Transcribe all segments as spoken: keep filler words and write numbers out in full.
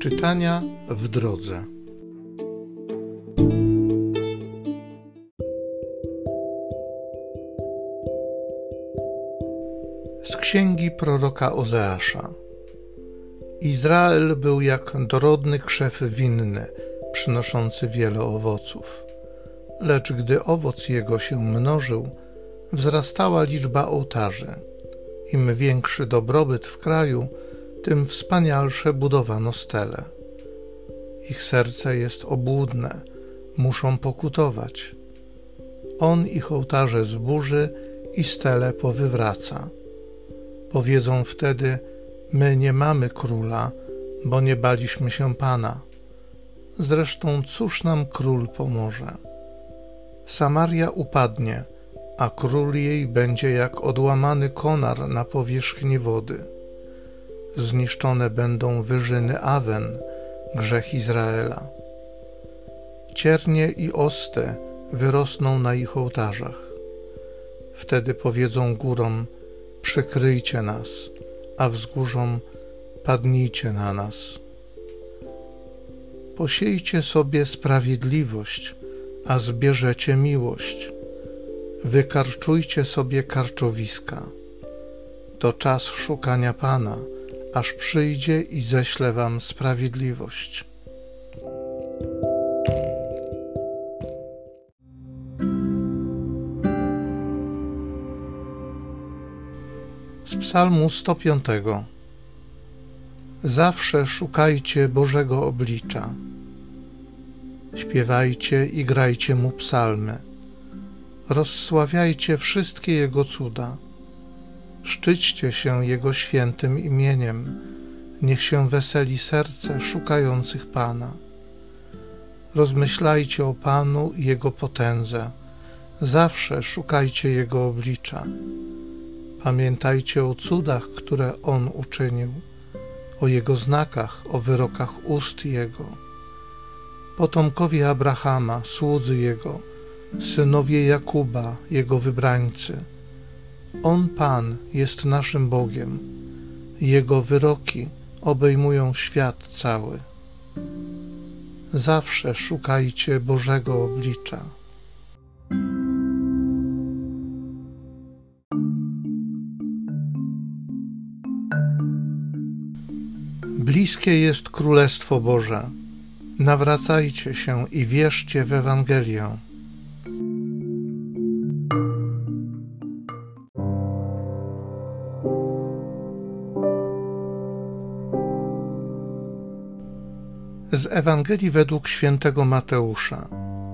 Czytania w drodze. Z księgi proroka Ozeasza. Izrael był jak dorodny krzew winny, przynoszący wiele owoców. Lecz gdy owoc jego się mnożył, wzrastała liczba ołtarzy. Im większy dobrobyt w kraju, tym wspanialsze budowano stele. Ich serce jest obłudne, muszą pokutować. On ich ołtarze zburzy i stele powywraca. Powiedzą wtedy: my nie mamy króla, bo nie baliśmy się Pana. Zresztą cóż nam król pomoże? Samaria upadnie, a król jej będzie jak odłamany konar na powierzchni wody. Zniszczone będą wyżyny Awen, grzech Izraela. Ciernie i oste wyrosną na ich ołtarzach. Wtedy powiedzą górom: przykryjcie nas, a wzgórzom: padnijcie na nas. Posiejcie sobie sprawiedliwość, a zbierzecie miłość. Wykarczujcie sobie karczowiska. To czas szukania Pana, aż przyjdzie i ześle wam sprawiedliwość. Z Psalmu sto piątego. Zawsze szukajcie Bożego oblicza. Śpiewajcie i grajcie Mu psalmy. Rozsławiajcie wszystkie Jego cuda. Szczyćcie się Jego świętym imieniem. Niech się weseli serce szukających Pana. Rozmyślajcie o Panu i Jego potędze. Zawsze szukajcie Jego oblicza. Pamiętajcie o cudach, które On uczynił, o Jego znakach, o wyrokach ust Jego. Potomkowie Abrahama, słudzy Jego, synowie Jakuba, Jego wybrańcy. On, Pan, jest naszym Bogiem. Jego wyroki obejmują świat cały. Zawsze szukajcie Bożego oblicza. Bliskie jest Królestwo Boże. Nawracajcie się i wierzcie w Ewangelię. Z Ewangelii według świętego Mateusza.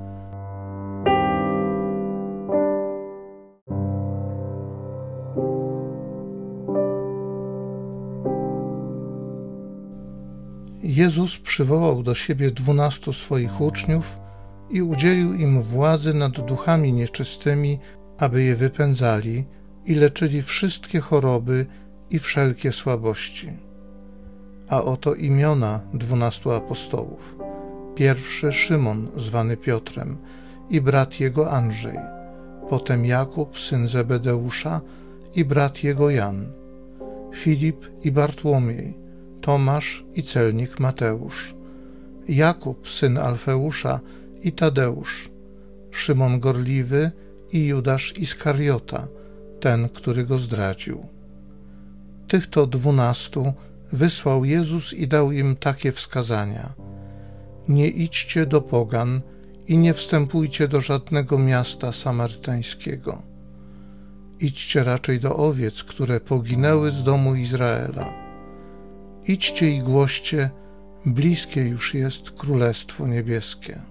Jezus przywołał do siebie dwunastu swoich uczniów i udzielił im władzy nad duchami nieczystymi, aby je wypędzali i leczyli wszystkie choroby i wszelkie słabości. A oto imiona dwunastu apostołów. Pierwszy Szymon, zwany Piotrem, i brat jego Andrzej, potem Jakub, syn Zebedeusza, i brat jego Jan, Filip i Bartłomiej, Tomasz i celnik Mateusz, Jakub, syn Alfeusza, i Tadeusz, Szymon Gorliwy i Judasz Iskariota, ten, który go zdradził. Tych to dwunastu wysłał Jezus i dał im takie wskazania: nie idźcie do pogan i nie wstępujcie do żadnego miasta samarytańskiego. Idźcie raczej do owiec, które poginęły z domu Izraela. Idźcie i głoście: bliskie już jest Królestwo Niebieskie.